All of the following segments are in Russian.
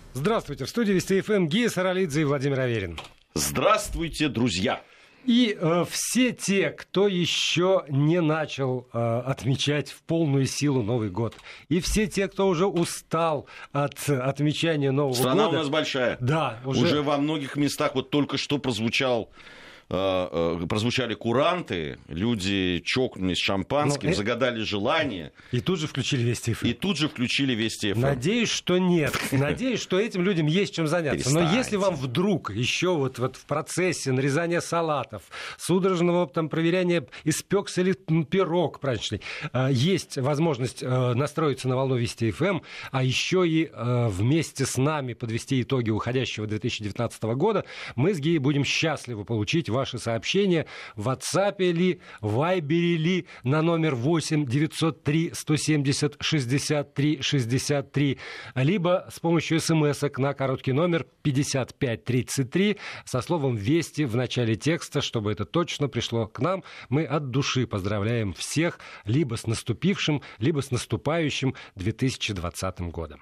Здравствуйте. В студии Вести ФМ Гия Саралидзе и Владимир Аверин. Здравствуйте, друзья. И все те, кто еще не начал отмечать в полную силу Новый год, и все те, кто уже устал от отмечания Нового года... Страна у нас большая. Да, уже во многих местах вот только что прозвучали куранты, люди чокнулись шампанским, загадали желание. И тут же включили Вести ФМ. Надеюсь, что нет. Надеюсь, что этим людям есть чем заняться. Но если вам вдруг еще вот в процессе нарезания салатов, судорожного там проверяния, испекся ли пирог праздничный, есть возможность настроиться на волну Вести ФМ, а еще и вместе с нами подвести итоги уходящего 2019 года, мы с Гией будем счастливы получить ваши сообщения в WhatsApp ли, Viber ли на номер 8 903 170 63 63, либо с помощью смс-ок на короткий номер 5533 со словом «Вести» в начале текста, чтобы это точно пришло к нам. Мы от души поздравляем всех либо с наступившим, либо с наступающим 2020 годом.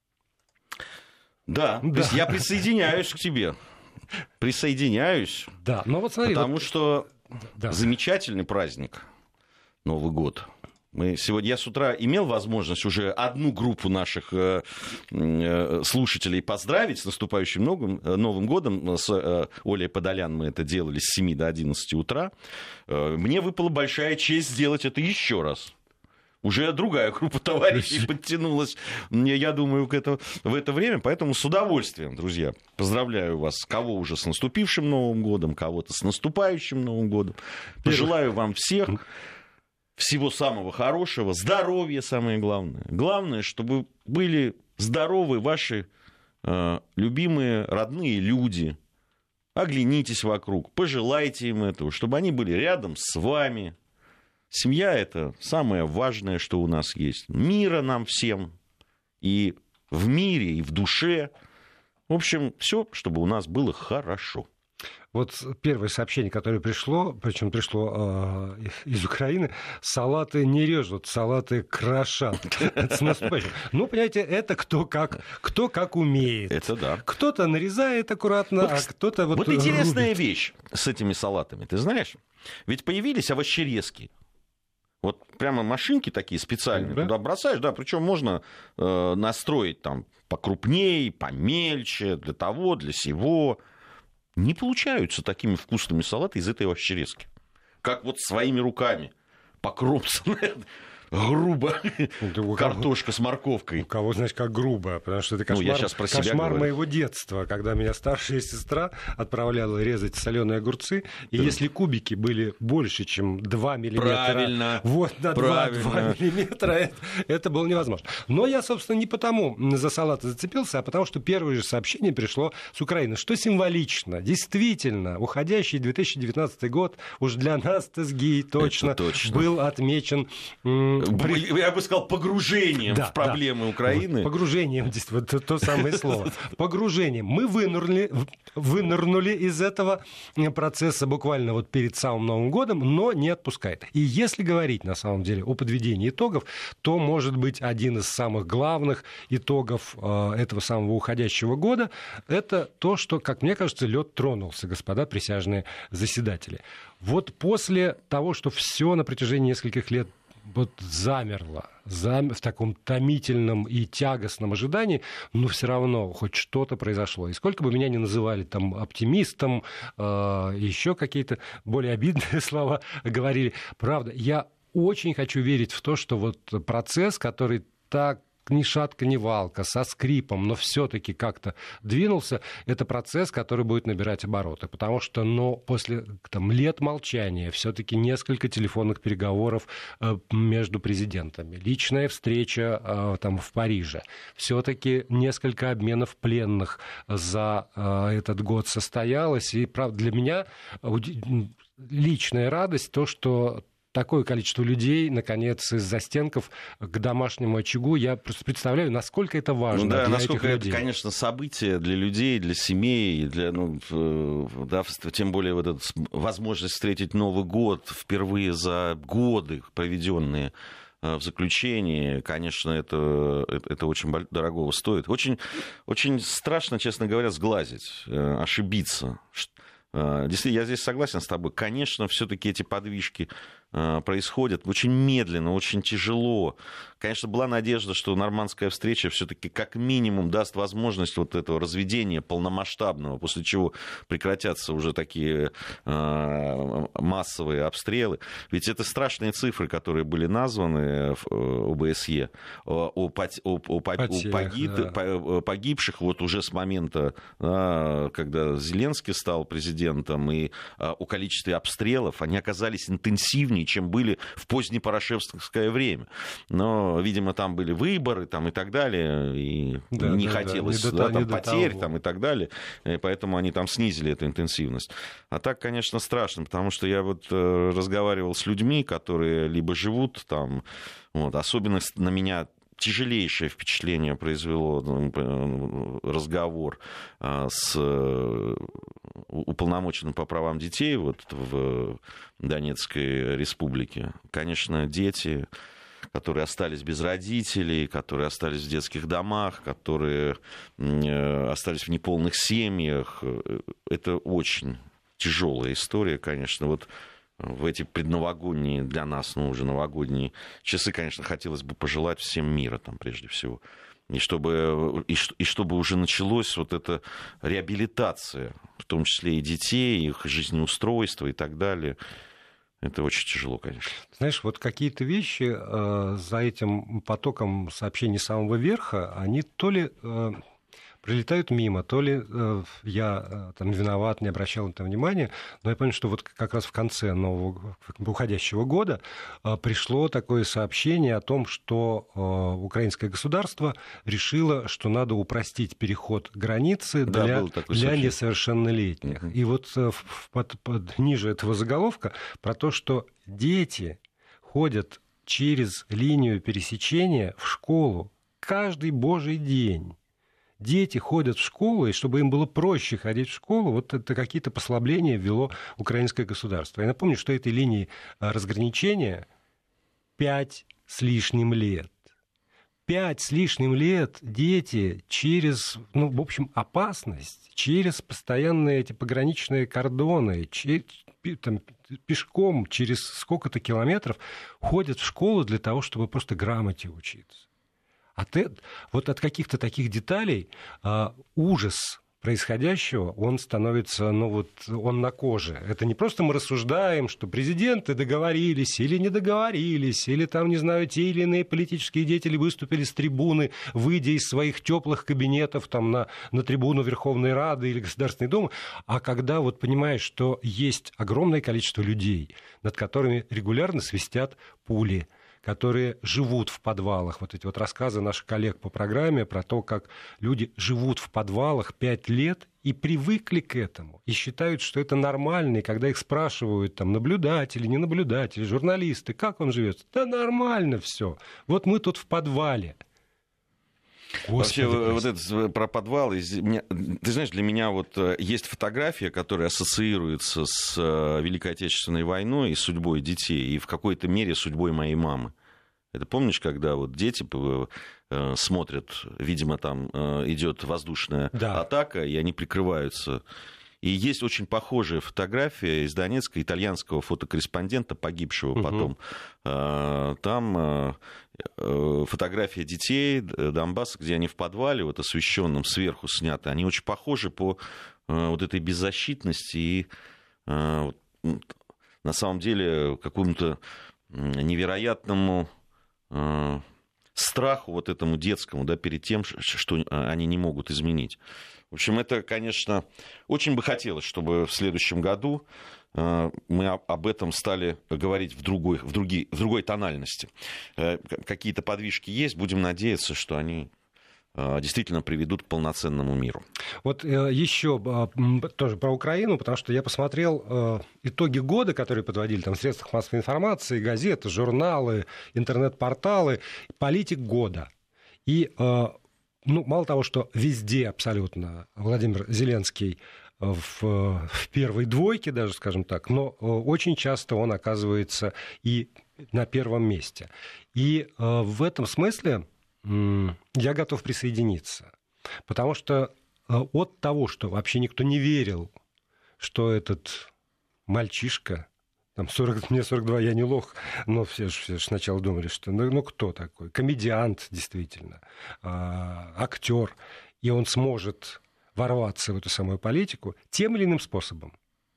Да. То есть я присоединяюсь к тебе. Да, но вот смотри, потому что замечательный праздник Новый год. Я с утра имел возможность уже одну группу наших слушателей поздравить с наступающим Новым годом. С Олей Подолян мы это делали с 7 до 11 утра. Мне выпала большая честь сделать это еще раз. Уже другая группа товарищей подтянулась, я думаю, в это время. Поэтому с удовольствием, друзья, поздравляю вас, кого уже с наступившим Новым годом, кого-то с наступающим Новым годом. Пожелаю вам всех всего самого хорошего, здоровья самое главное. Главное, чтобы были здоровы ваши любимые, родные люди. Оглянитесь вокруг, пожелайте им этого, чтобы они были рядом с вами. Семья – это самое важное, что у нас есть. Мира нам всем и в мире, и в душе. В общем, все, чтобы у нас было хорошо. Вот первое сообщение, которое пришло, причем пришло из Украины: салаты не режут, салаты крошат. Это с наступающим. Ну, понимаете, это кто как умеет. Это да. Кто-то нарезает аккуратно, а кто-то вот интересная вещь с этими салатами, ты знаешь? Ведь появились овощерезки. Вот прямо машинки такие специальные, туда бросаешь, да, причем можно настроить там покрупнее, помельче, для того, для сего. Не получаются такими вкусными салаты из этой овощерезки. Как вот своими руками покромсанная, грубо, картошка с морковкой. У кого, знаешь, как грубо, потому что это кошмар моего детства, когда меня старшая сестра отправляла резать соленые огурцы, и если кубики были больше, чем 2 миллиметра, на 2 миллиметра, это было невозможно. Но я, собственно, не потому за салаты зацепился, а потому что первое же сообщение пришло с Украины, что символично. Действительно, уходящий 2019 год уж для нас, с Гией, точно был отмечен... Я бы сказал, погружением в проблемы Украины. Вот, погружением, вот то самое слово. Погружением. Мы вынырнули из этого процесса буквально вот перед самым Новым годом, но не отпускает. И если говорить, на самом деле, о подведении итогов, то, может быть, один из самых главных итогов этого самого уходящего года — это то, что, как мне кажется, лед тронулся, господа присяжные заседатели. Вот после того, что все на протяжении нескольких лет вот замерло в таком томительном и тягостном ожидании, но все равно хоть что-то произошло. И сколько бы меня ни называли там оптимистом, еще какие-то более обидные слова говорили, правда, я очень хочу верить в то, что вот процесс, который так ни шатка, ни валка, со скрипом, но все-таки как-то двинулся, это процесс, который будет набирать обороты. Потому что после лет молчания все-таки несколько телефонных переговоров между президентами, личная встреча в Париже, все-таки несколько обменов пленных за этот год состоялось. И, правда, для меня личная радость то, что такое количество людей, наконец, из застенков к домашнему очагу. Я просто представляю, насколько это важно для насколько этих людей. Это, конечно, событие для людей, для семей, тем более вот эта возможность встретить Новый год впервые за годы, проведенные в заключении, конечно, это очень дорогого стоит. Очень, очень страшно, честно говоря, сглазить, ошибиться. Действительно, я здесь согласен с тобой. Конечно, все-таки эти подвижки происходят очень медленно, очень тяжело. Конечно, была надежда, что нормандская встреча все-таки как минимум даст возможность вот этого разведения полномасштабного, после чего прекратятся уже такие массовые обстрелы. Ведь это страшные цифры, которые были названы в ОБСЕ о погибших вот уже с момента, когда Зеленский стал президентом, и о количестве обстрелов, они оказались интенсивнее, чем были в позднепорошевское время. Но, видимо, там были выборы там, и так далее, и не хотелось там, потерь там, и так далее, и поэтому они там снизили эту интенсивность. А так, конечно, страшно, потому что я вот разговаривал с людьми, которые либо живут там, вот, особенно на меня тяжелейшее впечатление произвело разговор с уполномоченным по правам детей вот, в Донецкой республике. Конечно, дети, которые остались без родителей, которые остались в детских домах, которые остались в неполных семьях, это очень тяжелая история, конечно. Вот в эти предновогодние для нас, уже новогодние часы, конечно, хотелось бы пожелать всем мира, там, прежде всего. И чтобы уже началась вот эта реабилитация, в том числе и детей, их жизнеустройства и так далее. Это очень тяжело, конечно. Знаешь, вот какие-то вещи за этим потоком сообщений с самого верха, они то ли прилетают мимо, то ли я там виноват, не обращал на это внимания, но я понял, что вот как раз в конце нового уходящего года пришло такое сообщение о том, что украинское государство решило, что надо упростить переход границы для несовершеннолетних. И вот ниже этого заголовка про то, что дети ходят через линию пересечения в школу каждый божий день. Дети ходят в школу, и чтобы им было проще ходить в школу, вот это какие-то послабления ввело украинское государство. Я напомню, что этой линии разграничения 5 с лишним лет. 5 с лишним лет дети через, в общем, опасность, через постоянные эти пограничные кордоны, пешком через сколько-то километров ходят в школу для того, чтобы просто грамоте учиться. Вот от каких-то таких деталей ужас происходящего, он становится, он на коже. Это не просто мы рассуждаем, что президенты договорились или не договорились, или там, не знаю, те или иные политические деятели выступили с трибуны, выйдя из своих теплых кабинетов там, на трибуну Верховной Рады или Государственной Думы, а когда вот понимаешь, что есть огромное количество людей, над которыми регулярно свистят пули, которые живут в подвалах. Вот эти вот рассказы наших коллег по программе про то, как люди живут в подвалах 5 лет и привыкли к этому, и считают, что это нормально, и когда их спрашивают, там, наблюдатели, не наблюдатели, журналисты, как он живет, да нормально все. Вот мы тут в подвале. Господи, вообще, вот это про подвалы, ты знаешь, для меня вот есть фотография, которая ассоциируется с Великой Отечественной войной и судьбой детей, и в какой-то мере судьбой моей мамы. Это помнишь, когда вот дети смотрят, видимо, там идет воздушная атака, и они прикрываются. И есть очень похожая фотография из Донецка итальянского фотокорреспондента, погибшего потом. Там фотография детей Донбасса, где они в подвале, вот освещенном сверху сняты. Они очень похожи по вот этой беззащитности и на самом деле какому-то невероятному страху вот этому детскому, перед тем, что они не могут изменить. В общем, это, конечно, очень бы хотелось, чтобы в следующем году мы об этом стали говорить в другой тональности. Какие-то подвижки есть, будем надеяться, что они действительно приведут к полноценному миру. Вот еще тоже про Украину, потому что я посмотрел итоги года, которые подводили там в средствах массовой информации, газеты, журналы, интернет-порталы, политик года. И мало того, что везде абсолютно Владимир Зеленский в первой двойке даже, скажем так, но очень часто он оказывается и на первом месте. И в этом смысле я готов присоединиться. Потому что от того, что вообще никто не верил, что этот мальчишка, там мне 42, я не лох, но все же сначала думали, что ну кто такой? Комедиант, действительно, актер, и он сможет ворваться в эту самую политику тем или иным способом.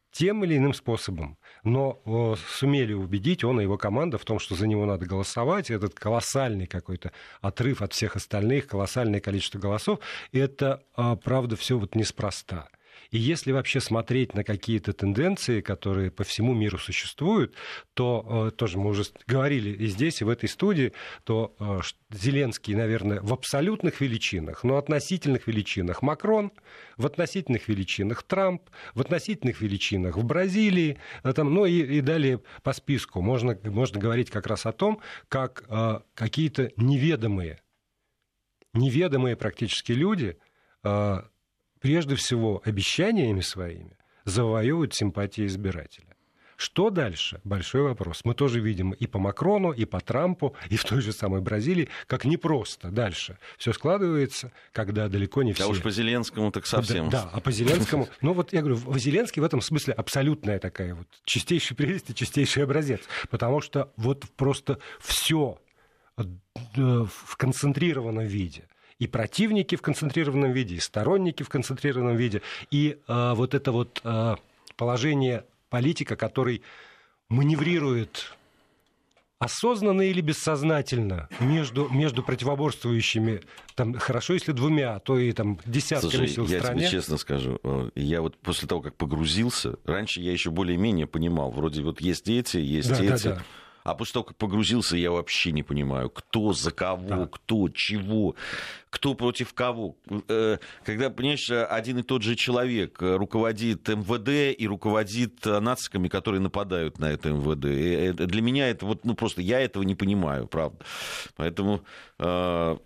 Но сумели убедить он и его команда в том, что за него надо голосовать. Этот колоссальный какой-то отрыв от всех остальных, колоссальное количество голосов, это, правда, все вот неспроста. И если вообще смотреть на какие-то тенденции, которые по всему миру существуют, то тоже мы уже говорили и здесь, и в этой студии, то Зеленский, наверное, в абсолютных величинах, но относительных величинах Макрон, в относительных величинах Трамп, в относительных величинах в Бразилии, там, ну и далее по списку. Можно говорить как раз о том, как какие-то неведомые практически люди прежде всего обещаниями своими завоевывают симпатии избирателя. Что дальше? Большой вопрос. Мы тоже видим и по Макрону, и по Трампу, и в той же самой Бразилии, как непросто дальше все складывается, когда далеко не все... А уж по Зеленскому так совсем. Да, а по Зеленскому... Ну вот я говорю, Зеленский в этом смысле абсолютная такая вот чистейшая прелесть и чистейший образец. Потому что вот просто все в концентрированном виде. И противники в концентрированном виде, и сторонники в концентрированном виде. И вот это вот положение политика, который маневрирует осознанно или бессознательно между противоборствующими, там, хорошо, если двумя, а то и там десятками сил в стране. Я тебе честно скажу, я вот после того, как погрузился, раньше я еще более-менее понимал, вроде вот есть эти, есть эти. Да. А после того, как погрузился, я вообще не понимаю, кто за кого, кто чего, кто против кого. Когда, понимаешь, один и тот же человек руководит МВД и руководит нациками, которые нападают на это МВД. Для меня это вот, ну, просто я этого не понимаю, правда. Поэтому это,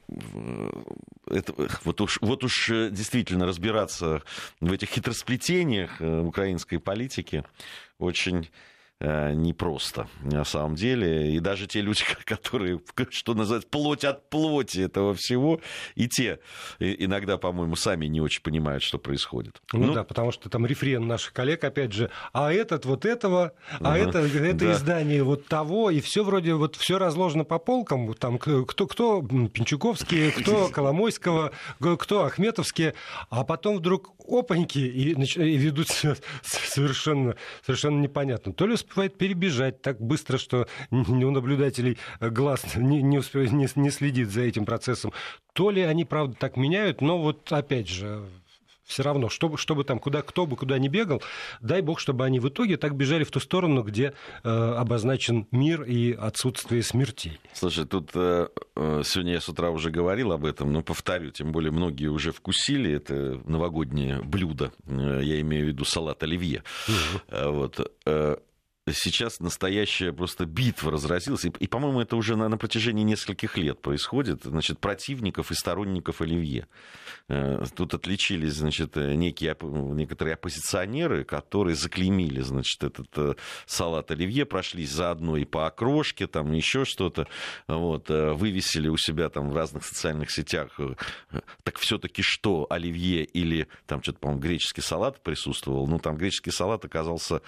вот уж действительно разбираться в этих хитросплетениях украинской политики очень... непросто, на самом деле. И даже те люди, которые, что называется, плоть от плоти этого всего, и те иногда, по-моему, сами не очень понимают, что происходит. Ну да, потому что там рефрен наших коллег, опять же, а этот вот этого, а это издание вот того, и все вроде вот все разложено по полкам, там кто Пинчуковские, кто Коломойского, кто Ахметовские, а потом вдруг опаньки и ведут себя совершенно непонятно. То ли успевает перебежать так быстро, что у наблюдателей глаз не следит за этим процессом. То ли они, правда, так меняют, но вот опять же, все равно, чтобы там кто бы куда ни бегал, дай бог, чтобы они в итоге так бежали в ту сторону, где обозначен мир и отсутствие смертей. Слушай, тут сегодня я с утра уже говорил об этом, но повторю, тем более многие уже вкусили это новогоднее блюдо, я имею в виду салат оливье. Вот. Сейчас настоящая просто битва разразилась, и по-моему, это уже на протяжении нескольких лет происходит, значит, противников и сторонников оливье. Тут отличились, значит, некоторые оппозиционеры, которые заклеймили, значит, этот салат оливье, прошлись заодно и по окрошке, там еще что-то, вот, вывесили у себя там в разных социальных сетях, так все-таки что, оливье или там что-то, по-моему, греческий салат присутствовал, ну, там греческий салат оказался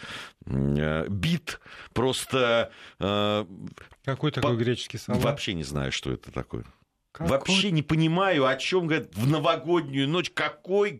бит просто... Какой такой греческий салат? Вообще не знаю, что это такое. Вообще не понимаю, о чем говорят в новогоднюю ночь. Какой...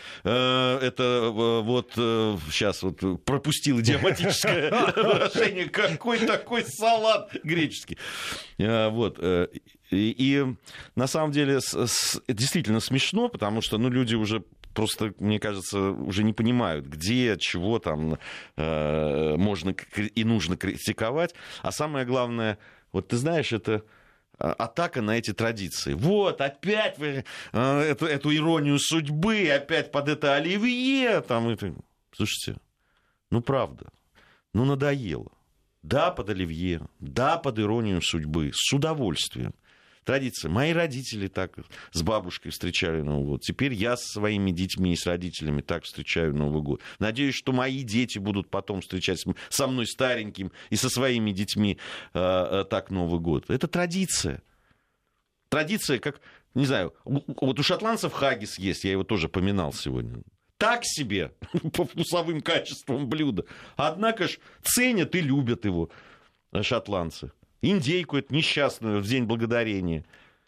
Это вот сейчас вот пропустил идиоматическое выражение. Какой такой салат греческий. Вот. И на самом деле действительно смешно, потому что люди уже просто, мне кажется, уже не понимают, где, чего там можно и нужно критиковать. А самое главное, вот ты знаешь, это атака на эти традиции. Вот, опять вы эту иронию судьбы, опять под это оливье. Там, слушайте, правда, надоело. Да, под оливье, да, под иронию судьбы, с удовольствием. Традиция. Мои родители так с бабушкой встречали Новый год. Теперь я со своими детьми и с родителями так встречаю Новый год. Надеюсь, что мои дети будут потом встречать со мной стареньким и со своими детьми так Новый год. Это традиция. Традиция, как, не знаю, вот у шотландцев хаггис есть, я его тоже поминал сегодня. Так себе по вкусовым качествам блюда. Однако ж ценят и любят его шотландцы. Индейку эту несчастную в День Благодарения.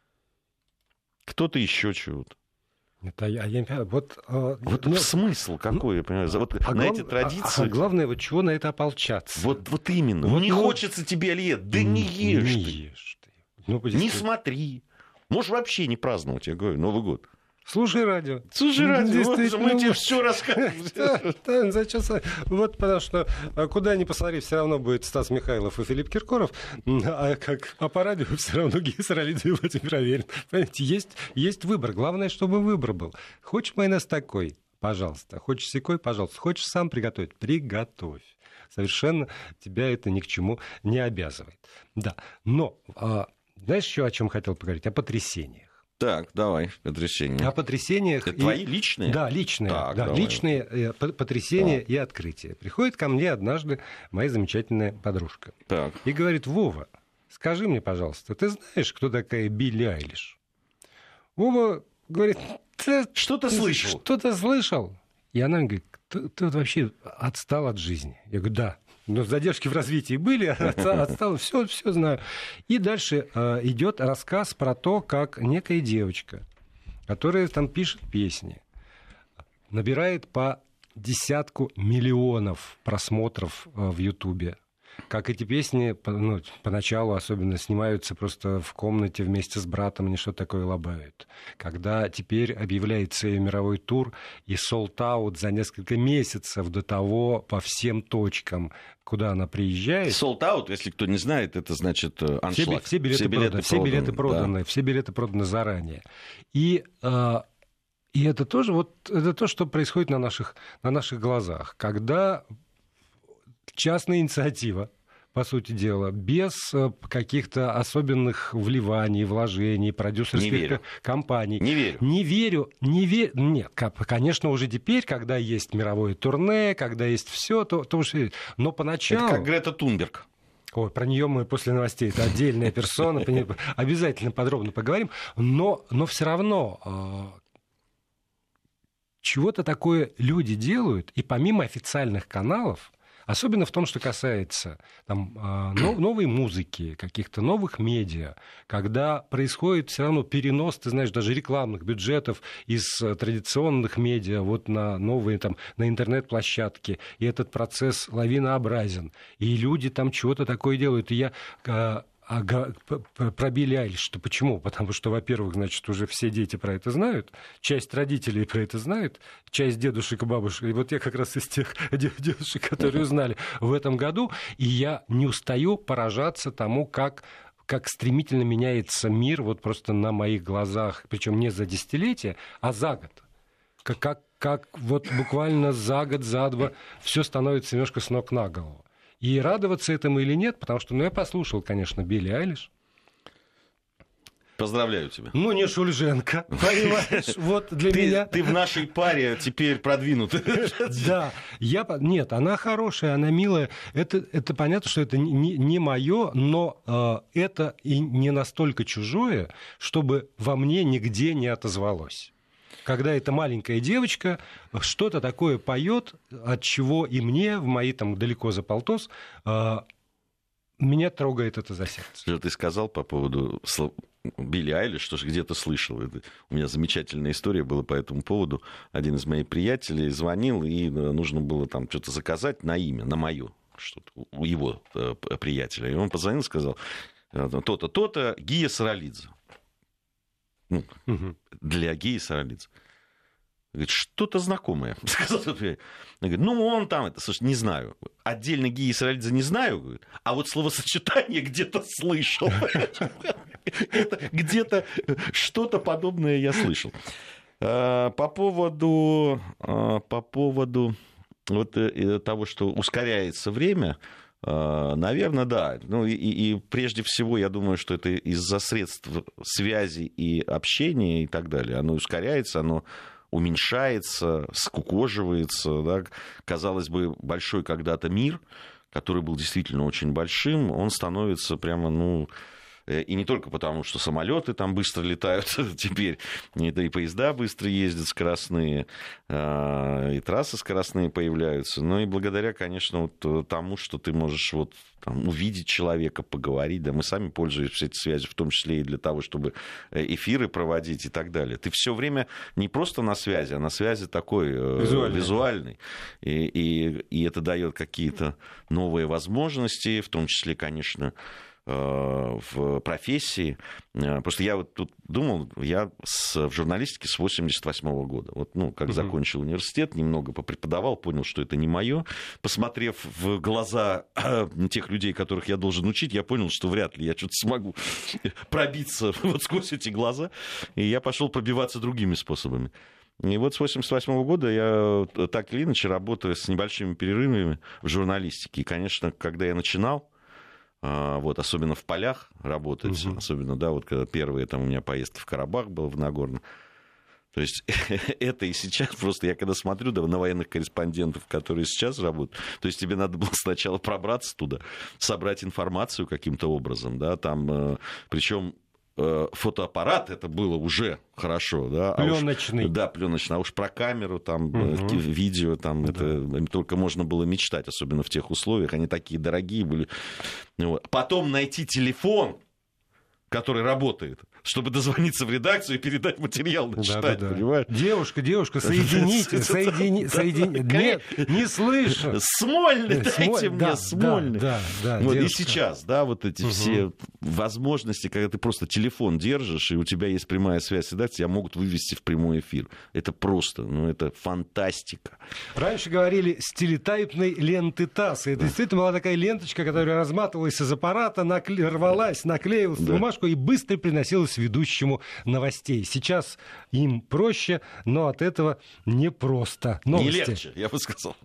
Кто-то еще чего-то. Это я не понимаю. Вот смысл какой, я понимаю, вот на эти традиции. Главное, вот чего на это ополчаться. Вот именно. Вот, не хочется тебе ли? Да не ешь не ты. Ешь не смотри. Можешь вообще не праздновать, я говорю, Новый год. Слушай радио. Слушай радио, мы тебе все расскажем. Зачем? Вот потому что куда ни посмотри, все равно будет Стас Михайлов и Филипп Киркоров, а по радио все равно Гея Саралидзе и Владимир Аверин. Понимаете, есть выбор. Главное, чтобы выбор был. Хочешь майонез такой? Пожалуйста. Хочешь сякой? Пожалуйста. Хочешь сам приготовить? Приготовь. Совершенно тебя это ни к чему не обязывает. Да. Но знаешь, еще о чем хотел поговорить? О потрясениях. Так, давай, потрясения. О потрясениях. Это твои личные? Да, личные. Так, да, личные потрясения и открытия. Приходит ко мне однажды моя замечательная подружка. Так. И говорит: Вова, скажи мне, пожалуйста, ты знаешь, кто такая Билли Айлиш? Вова говорит: что-то слышал. Что-то слышал. И она мне говорит: ты вообще отстал от жизни. Я говорю: да. Но задержки в развитии были, отстал, все знаю. И дальше идет рассказ про то, как некая девочка, которая там пишет песни, набирает по 10 миллионов просмотров в Ютубе. Как эти песни, поначалу особенно, снимаются просто в комнате вместе с братом, они что-то такое лобают. Когда теперь объявляется ее мировой тур и солд-аут за несколько месяцев до того по всем точкам, куда она приезжает. Солд-аут, если кто не знает, это значит аншлаг. Все билеты проданы заранее. И это тоже это то, что происходит на наших глазах. Когда частная инициатива, по сути дела, без каких-то особенных вливаний, вложений, продюсерских компаний. Не верю. Нет, конечно, уже теперь, когда есть мировое турне, когда есть все, то уже... Но поначалу... Это как Грета Тунберг. Ой, про нее мы после новостей, это отдельная персона, обязательно подробно поговорим. Но все равно... Чего-то такое люди делают, и помимо официальных каналов, особенно в том, что касается новой музыки, каких-то новых медиа, когда происходит все равно перенос, ты знаешь, даже рекламных бюджетов из традиционных медиа на новые, на интернет-площадки, и этот процесс лавинообразен, и люди там чего-то такое делают, и я... про Билли Айлиш, что почему? Потому что, во-первых, значит, уже все дети про это знают, часть родителей про это знают, часть дедушек и бабушек. И вот я как раз из тех дедушек, которые узнали в этом году, и я не устаю поражаться тому, как стремительно меняется мир вот просто на моих глазах, причем не за десятилетия, а за год. Как вот буквально за год, за два все становится немножко с ног на голову. И радоваться этому или нет, потому что, я послушал, конечно, Билли Айлиш. Поздравляю тебя. Не Шульженко, понимаешь, вот для меня... Ты в нашей паре теперь продвинутый. Да, нет, она хорошая, она милая. Это понятно, что это не мое, но это и не настолько чужое, чтобы во мне нигде не отозвалось. Когда эта маленькая девочка что-то такое поет, от чего и мне, в мои далеко за полтос, меня трогает это за сердце. Что ты сказал по поводу Билли Айлиш, что же где-то слышал. У меня замечательная история была по этому поводу. Один из моих приятелей звонил, и нужно было там что-то заказать на имя, на мое, что-то у его приятеля. И он позвонил и сказал: то-то, то-то, Гия Саралидзе. Для Геи Саралидзе. Говорит, что-то знакомое. Говорит, он там, слушай, не знаю. Отдельно Геи Саралидзе не знаю, говорит, а вот словосочетание где-то слышал. Где-то что-то подобное я слышал. По поводу вот того, что ускоряется время, Наверное, да. Ну, и прежде всего, я думаю, что это из-за средств связи и общения и так далее. Оно ускоряется, оно уменьшается, скукоживается. Да? Казалось бы, большой когда-то мир, который был действительно очень большим, он становится прямо, и не только потому, что самолеты там быстро летают теперь, и поезда быстро ездят скоростные, и трассы скоростные появляются, но и благодаря, конечно, вот тому, что ты можешь вот там увидеть человека, поговорить, да, мы сами пользуемся этой связью, в том числе и для того, чтобы эфиры проводить и так далее. Ты все время не просто на связи, а на связи такой визуальной. И это дает какие-то новые возможности, в том числе, конечно, в профессии. Просто я вот тут думал, я в журналистике с 88 года. Вот, как закончил университет, немного попреподавал, понял, что это не мое. Посмотрев в глаза тех людей, которых я должен учить, я понял, что вряд ли я что-то смогу пробиться вот сквозь эти глаза. И я пошел пробиваться другими способами. И вот с 1988 года я так или иначе работаю с небольшими перерывами в журналистике. И, конечно, когда я начинал, вот, особенно в полях работать, особенно, да, вот когда первые там у меня поездки в Карабах было, в Нагорном. То есть это и сейчас просто я когда смотрю на военных корреспондентов, которые сейчас работают, то есть тебе надо было сначала пробраться туда, собрать информацию каким-то образом, да, там, причем фотоаппарат это было уже хорошо, да. Пленочный. Да, пленочный. А уж про камеру, там, видео, там, это только можно было мечтать, особенно в тех условиях. Они такие дорогие были. Вот. Потом найти телефон, который работает, чтобы дозвониться в редакцию и передать материал, начитать, понимаешь? Девушка, соедините. Нет, не слышу. Смольный, дайте мне Смольный. Да, вот и сейчас, да, вот эти все возможности, когда ты просто телефон держишь, и у тебя есть прямая связь с редакцией, тебя могут вывести в прямой эфир. Это просто, это фантастика. Раньше говорили стилетайпной ленты ТАСС. Это действительно была такая ленточка, которая разматывалась из аппарата, рвалась, наклеивалась на бумажку и быстро приносилась ведущему новостей. Сейчас им проще, но от этого непросто. Не легче, я бы сказал.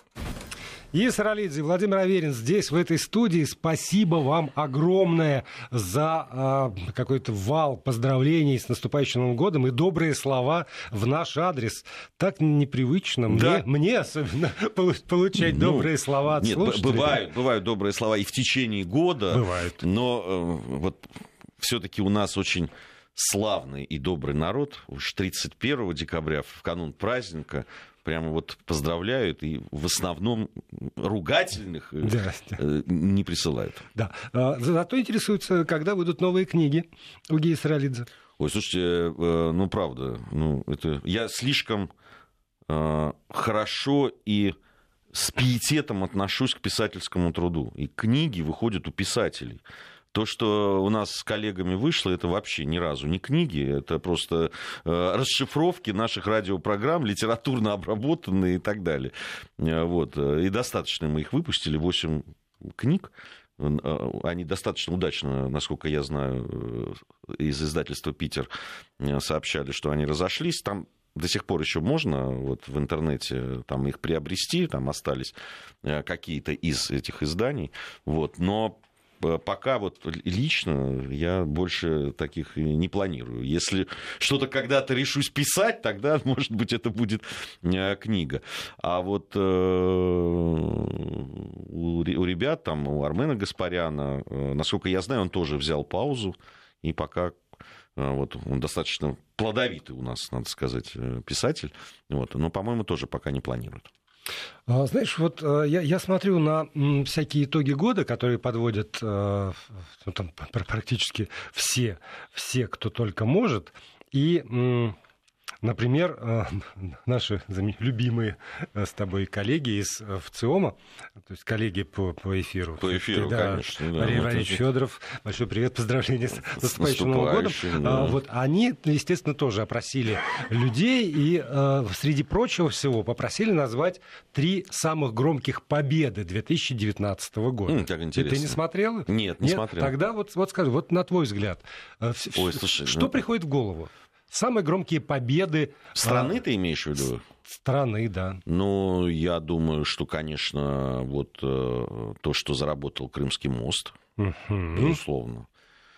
Ия Саралидзе, Владимир Аверин здесь, в этой студии. Спасибо вам огромное за какой-то вал поздравлений с наступающим Новым годом и добрые слова в наш адрес. Так непривычно, да. мне особенно, получать добрые слова от слушателей. Бывают добрые слова и в течение года. Бывают. Но вот все-таки у нас очень славный и добрый народ. Уж 31 декабря, в канун праздника, прямо вот поздравляют, и в основном ругательных не присылают. Да. Зато интересуются, когда выйдут новые книги у Гии Саралидзе. Ой, слушайте, правда, это я слишком хорошо и с пиететом отношусь к писательскому труду. И книги выходят у писателей. То, что у нас с коллегами вышло, это вообще ни разу не книги, это просто расшифровки наших радиопрограмм, литературно обработанные и так далее. Вот. И достаточно мы их выпустили, 8 книг. Они достаточно удачно, насколько я знаю, из издательства «Питер» сообщали, что они разошлись. Там до сих пор еще можно вот в интернете там их приобрести, там остались какие-то из этих изданий. Вот. Но пока вот лично я больше таких не планирую. Если что-то когда-то решусь писать, тогда, может быть, это будет книга. А вот у ребят, там, у Армена Гаспаряна, насколько я знаю, он тоже взял паузу, и пока вот, он достаточно плодовитый у нас, надо сказать, писатель, вот, но, по-моему, тоже пока не планирует. Знаешь, вот я смотрю на всякие итоги года, которые подводят там, практически все, кто только может, и, например, наши любимые с тобой коллеги из ВЦИОМа, то есть коллеги по эфиру. По эфиру, конечно. Да, Мария Иванович Федоров, большой привет, поздравления с наступающим Новым годом. Да. Вот, они, естественно, тоже опросили людей и, среди прочего всего, попросили назвать 3 самых громких победы 2019 года. Как интересно. Ты не смотрел? Нет, не смотрел. Тогда вот скажи, вот на твой взгляд, Ой, слушай, что приходит в голову? Самые громкие победы... Страны ты имеешь в виду? Страны, да. Ну, я думаю, что, конечно, вот то, что заработал Крымский мост, безусловно.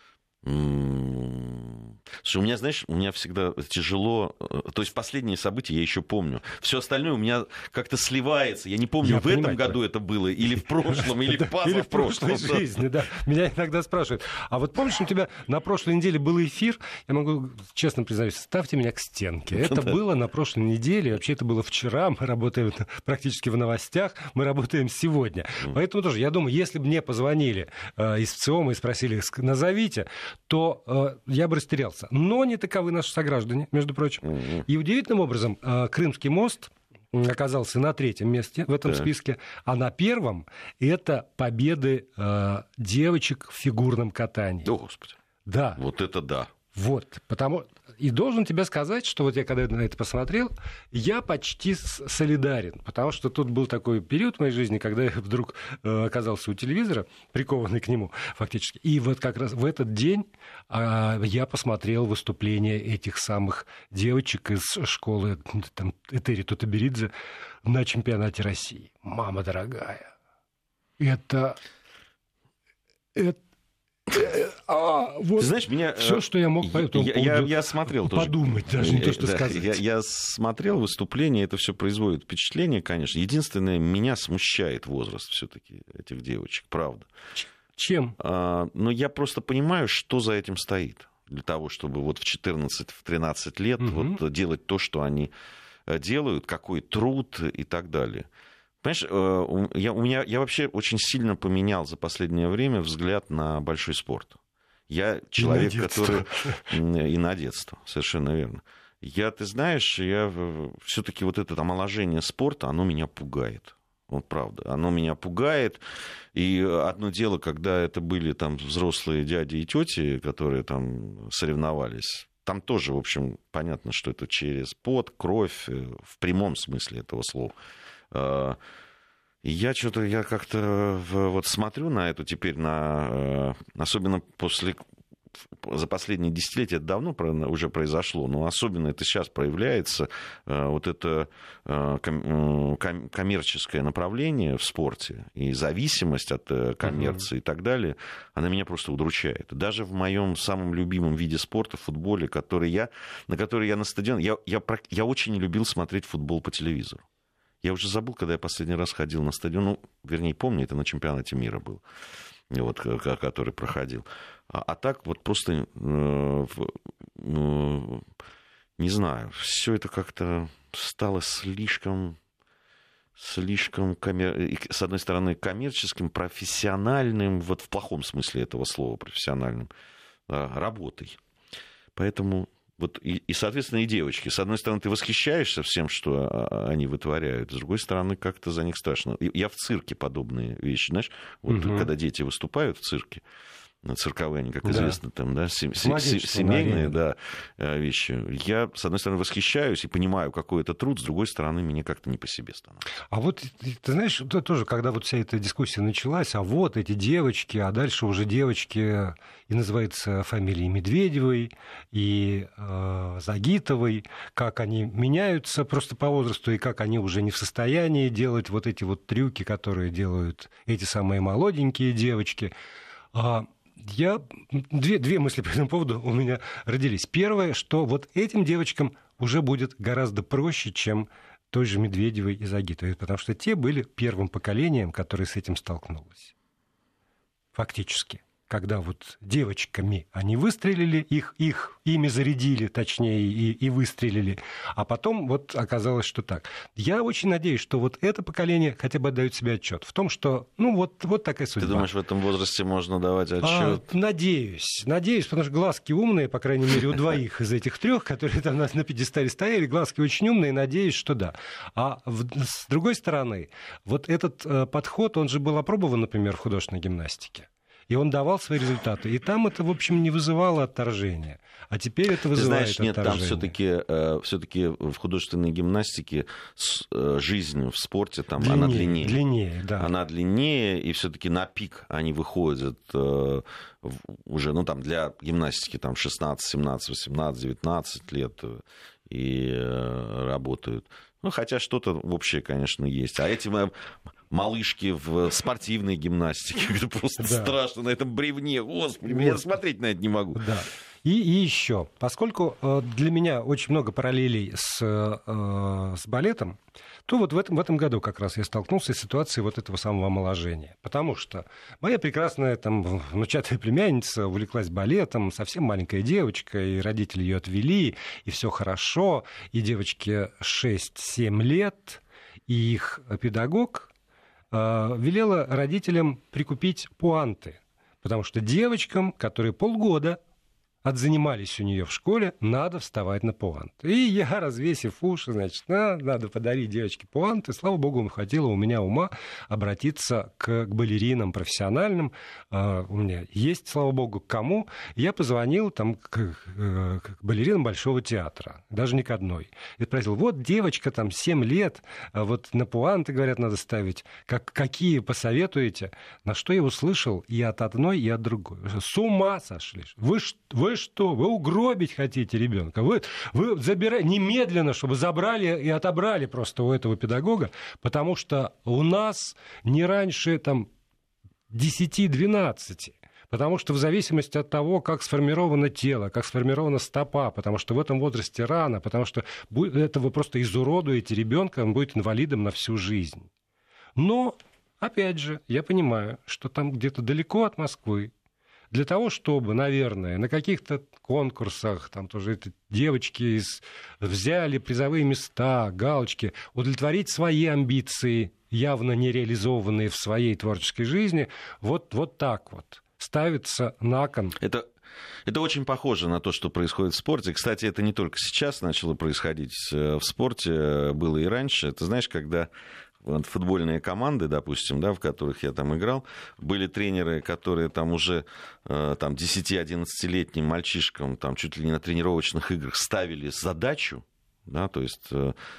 Слушай, у меня, знаешь, у меня всегда тяжело... То есть последние события я еще помню. Все остальное у меня как-то сливается. Я не помню, я в этом году это было, или в прошлом, или в позапрошлом. Или в прошлой жизни, да. Меня иногда спрашивают. А вот помнишь, у тебя на прошлой неделе был эфир? Я могу честно признаюсь, ставьте меня к стенке. Это было на прошлой неделе. Вообще это было вчера. Мы работаем практически в новостях. Мы работаем сегодня. Поэтому тоже, я думаю, если бы мне позвонили из ВЦИОМа и спросили, назовите, то я бы растерялся. Но не таковы наши сограждане, между прочим. И удивительным образом Крымский мост оказался на 3-м месте в этом списке, а на 1-м это победы девочек в фигурном катании. О, Господи. Да. Вот это да. Вот, потому... И должен тебе сказать, что вот я когда на это посмотрел, я почти солидарен, потому что тут был такой период в моей жизни, когда я вдруг оказался у телевизора, прикованный к нему фактически, и вот как раз в этот день я посмотрел выступление этих самых девочек из школы там, Этери Тутаберидзе на чемпионате России. Мама дорогая, это... Вот знаешь, меня... Все, что я мог по этому поводу я смотрел подумать, тоже. даже не то, что сказать. Я смотрел выступление, это все производит впечатление, конечно. Единственное, меня смущает возраст все-таки этих девочек, правда. Чем? Но я просто понимаю, что за этим стоит. Для того, чтобы вот в 14-13 лет вот делать то, что они делают, какой труд и так далее. Понимаешь, я вообще очень сильно поменял за последнее время взгляд на большой спорт. Я человек, который... И на детство, совершенно верно. Ты знаешь, все-таки вот это омоложение спорта, оно меня пугает. Вот правда, оно меня пугает. И одно дело, когда это были там взрослые дяди и тети, которые там соревновались, там тоже, в общем, понятно, что это через пот, кровь, в прямом смысле этого слова. И я как-то вот смотрю на это теперь, особенно за последние десятилетия, это давно уже произошло, но особенно это сейчас проявляется, вот это коммерческое направление в спорте и зависимость от коммерции и так далее, она меня просто удручает. Даже в моем самом любимом виде спорта, в футболе, на который я на стадион, я очень любил смотреть футбол по телевизору. Я уже забыл, когда я последний раз ходил на стадион, помню, это на чемпионате мира был, вот, который проходил. А так вот просто, не знаю, все это как-то стало слишком, с одной стороны, коммерческим, профессиональным, вот в плохом смысле этого слова, профессиональным, работой. Поэтому... Вот и, соответственно, и девочки. С одной стороны, ты восхищаешься всем, что они вытворяют. С другой стороны, как-то за них страшно. Я в цирке подобные вещи, знаешь, вот когда дети выступают в цирке, цирковые они, как известно, там, да, семейные вещи. Я, с одной стороны, восхищаюсь и понимаю, какой это труд, с другой стороны, мне как-то не по себе становится. А вот, ты знаешь, тоже, когда вот вся эта дискуссия началась, а вот эти девочки, а дальше уже девочки, и называется фамилии Медведевой, и Загитовой, как они меняются просто по возрасту, и как они уже не в состоянии делать вот эти вот трюки, которые делают эти самые молоденькие девочки. Две мысли по этому поводу у меня родились. Первое, что вот этим девочкам уже будет гораздо проще, чем той же Медведевой и Загитовой, потому что те были первым поколением, которое с этим столкнулось. Фактически. Когда вот девочками они выстрелили, ими зарядили, точнее, и выстрелили, а потом вот оказалось, что так. Я очень надеюсь, что вот это поколение хотя бы отдает себе отчет в том, что, вот такая судьба. Ты думаешь, в этом возрасте можно давать отчет? Надеюсь, потому что глазки умные, по крайней мере, у двоих из этих трех, которые там на пьедестале стояли, глазки очень умные, надеюсь, что да. А с другой стороны, вот этот подход, он же был опробован, например, в художественной гимнастике. И он давал свои результаты. И там это, в общем, не вызывало отторжения. А теперь это вызывает отторжение. Нет, там все-таки в художественной гимнастике жизнь в спорте, там, она длиннее. Длиннее, да. Она длиннее, и все-таки на пик они выходят уже, ну, там, для гимнастики там, 16, 17, 18, 19 лет и работают. Ну, хотя что-то общее, конечно, есть. А эти малышки в спортивной гимнастике, это просто страшно на этом бревне. Господи, я смотреть на это не могу. Да. И еще, поскольку для меня очень много параллелей с балетом, то вот в этом году как раз я столкнулся с ситуацией вот этого самого омоложения. Потому что моя прекрасная там внучатая племянница увлеклась балетом, совсем маленькая девочка, и родители ее отвели, и все хорошо, и девочке 6-7 лет, и их педагог велела родителям прикупить пуанты, потому что девочкам, которые полгода отзанимались у нее в школе, надо вставать на пуанты. И я, развесив уши, значит, надо подарить девочке пуанты. Слава богу, хватило у меня ума обратиться к балеринам профессиональным. У меня есть, слава богу, к кому. Я позвонил там, к балеринам Большого театра, даже не к одной. И спросил, вот девочка, там, 7 лет, вот на пуанты, говорят, надо ставить. Какие посоветуете? На что я услышал и от одной, и от другой. С ума сошли. Вы что? Вы угробить хотите ребенка? Вы забираете немедленно, чтобы забрали и отобрали просто у этого педагога, потому что у нас не раньше там 10-12. Потому что в зависимости от того, как сформировано тело, как сформирована стопа, потому что в этом возрасте рано, потому что это вы просто изуродуете ребенка, он будет инвалидом на всю жизнь. Но, опять же, я понимаю, что там где-то далеко от Москвы, для того, чтобы, наверное, на каких-то конкурсах, там тоже эти девочки взяли призовые места, галочки, удовлетворить свои амбиции, явно не реализованные в своей творческой жизни, вот так вот ставится на кон. Это очень похоже на то, что происходит в спорте. Кстати, это не только сейчас начало происходить в спорте, было и раньше. Ты знаешь, когда футбольные команды, допустим, да, в которых я там играл, были тренеры, которые там уже там, 10-11-летним мальчишкам там, чуть ли не на тренировочных играх ставили задачу, да, то есть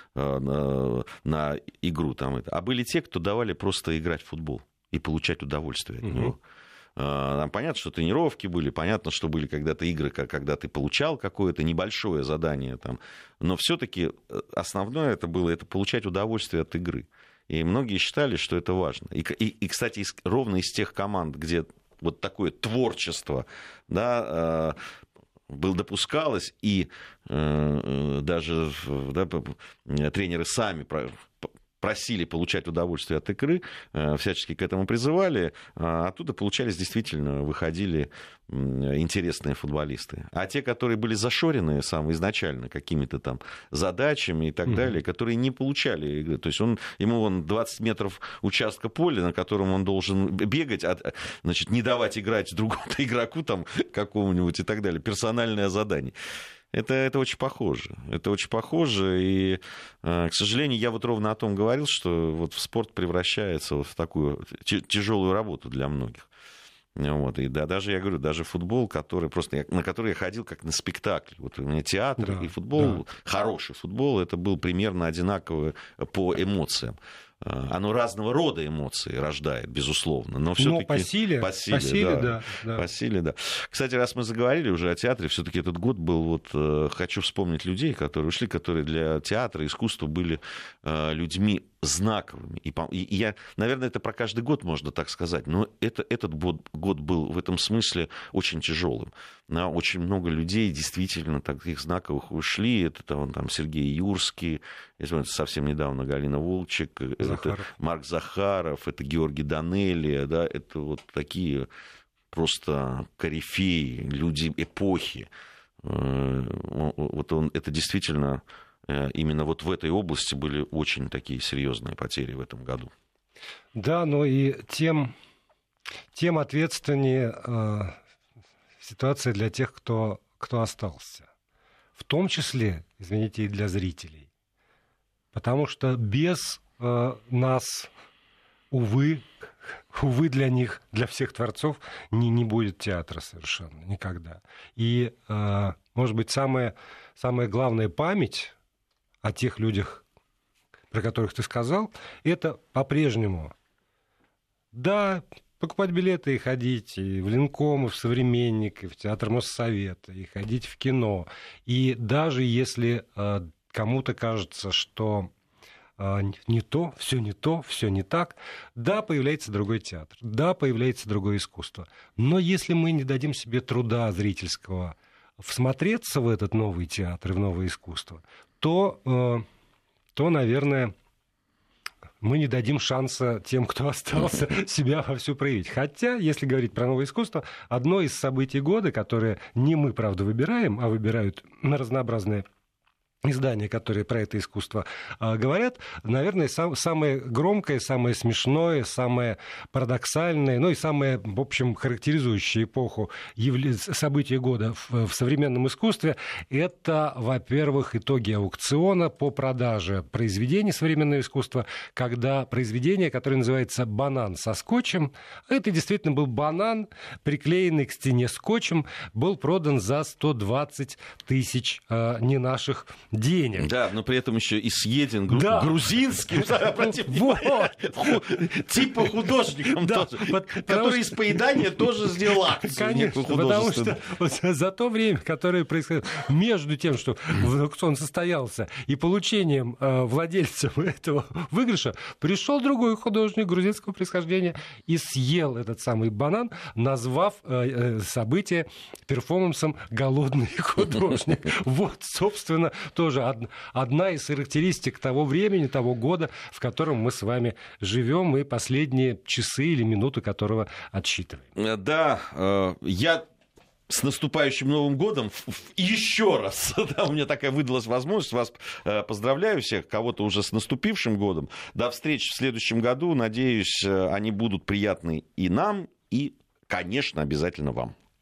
на игру. Там, а были те, кто давали просто играть в футбол и получать удовольствие от него. Там понятно, что тренировки были, понятно, что были когда-то игры, когда ты получал какое-то небольшое задание, там, но все-таки основное это было это получать удовольствие от игры. И многие считали, что это важно. И кстати, ровно из тех команд, где вот такое творчество, да, допускалось, и даже да, тренеры сами просили получать удовольствие от игры, всячески к этому призывали, оттуда получались действительно, выходили интересные футболисты. А те, которые были зашорены изначально какими-то там задачами и так далее, которые не получали игры, то есть ему 20 метров участка поля, на котором он должен бегать, значит, не давать играть другому игроку там какому-нибудь и так далее, персональное задание. Это очень похоже. Это очень похоже. И, к сожалению, я вот ровно о том говорил, что вот спорт превращается вот в такую тяжелую работу для многих. Вот. И даже, я говорю, даже футбол, на который я ходил как на спектакль. Вот у меня театр и футбол, хороший футбол, это был примерно одинаково по эмоциям. Оно разного рода эмоции рождает, безусловно, но все-таки по силе, по силе, да. Кстати, раз мы заговорили уже о театре, все-таки этот год был, вот хочу вспомнить людей, которые ушли, которые для театра, искусства были людьми знаковыми. И я, наверное, это про каждый год можно так сказать, но этот год был в этом смысле очень тяжелым. Очень много людей действительно таких знаковых ушли. Это там Сергей Юрский, совсем недавно Галина Волчек, это Марк Захаров, это Георгий Данелия, да, это вот такие просто корифеи, люди эпохи. Это действительно именно вот в этой области были очень такие серьезные потери в этом году. Да, но и тем ответственнее ситуация для тех, кто остался. В том числе, извините, и для зрителей. Потому что без нас увы, для них, для всех творцов, не будет театра совершенно никогда. И, может быть, самая главная память о тех людях, про которых ты сказал, это по-прежнему, да, покупать билеты и ходить и в Ленком, и в Современник, и в Театр Моссовета, и ходить в кино. И даже если кому-то кажется, что не то, все не так, да, появляется другой театр, да, появляется другое искусство. Но если мы не дадим себе труда зрительского всмотреться в этот новый театр, в новое искусство, то наверное, мы не дадим шанса тем, кто остался, себя вовсю проявить. Хотя, если говорить про новое искусство, одно из событий года, которое не мы, правда, выбираем, а выбирают разнообразные издания, которые про это искусство говорят, наверное, самое громкое, самое смешное, самое парадоксальное, ну и самое, в общем, характеризующее эпоху события года в современном искусстве, это, во-первых, итоги аукциона по продаже произведений современного искусства, когда произведение, которое называется «Банан со скотчем», это действительно был банан, приклеенный к стене скотчем, был продан за 120 тысяч не наших денег. Да, но при этом еще и съеден грузинским, типа художником тоже, который из поедания тоже сделал акцию. Конечно, потому что за то время, которое происходило между тем, что аукцион состоялся, и получением владельцем этого выигрыша, пришел другой художник грузинского происхождения и съел этот самый банан, назвав событие перформансом «Голодный художник». Вот, собственно, тоже одна из характеристик того времени, того года, в котором мы с вами живем, и последние часы или минуты которого отсчитываем. Да, я с наступающим Новым годом еще раз, да, у меня такая выдалась возможность, вас поздравляю всех, кого-то уже с наступившим годом. До встречи в следующем году, надеюсь, они будут приятны и нам, и, конечно, обязательно вам.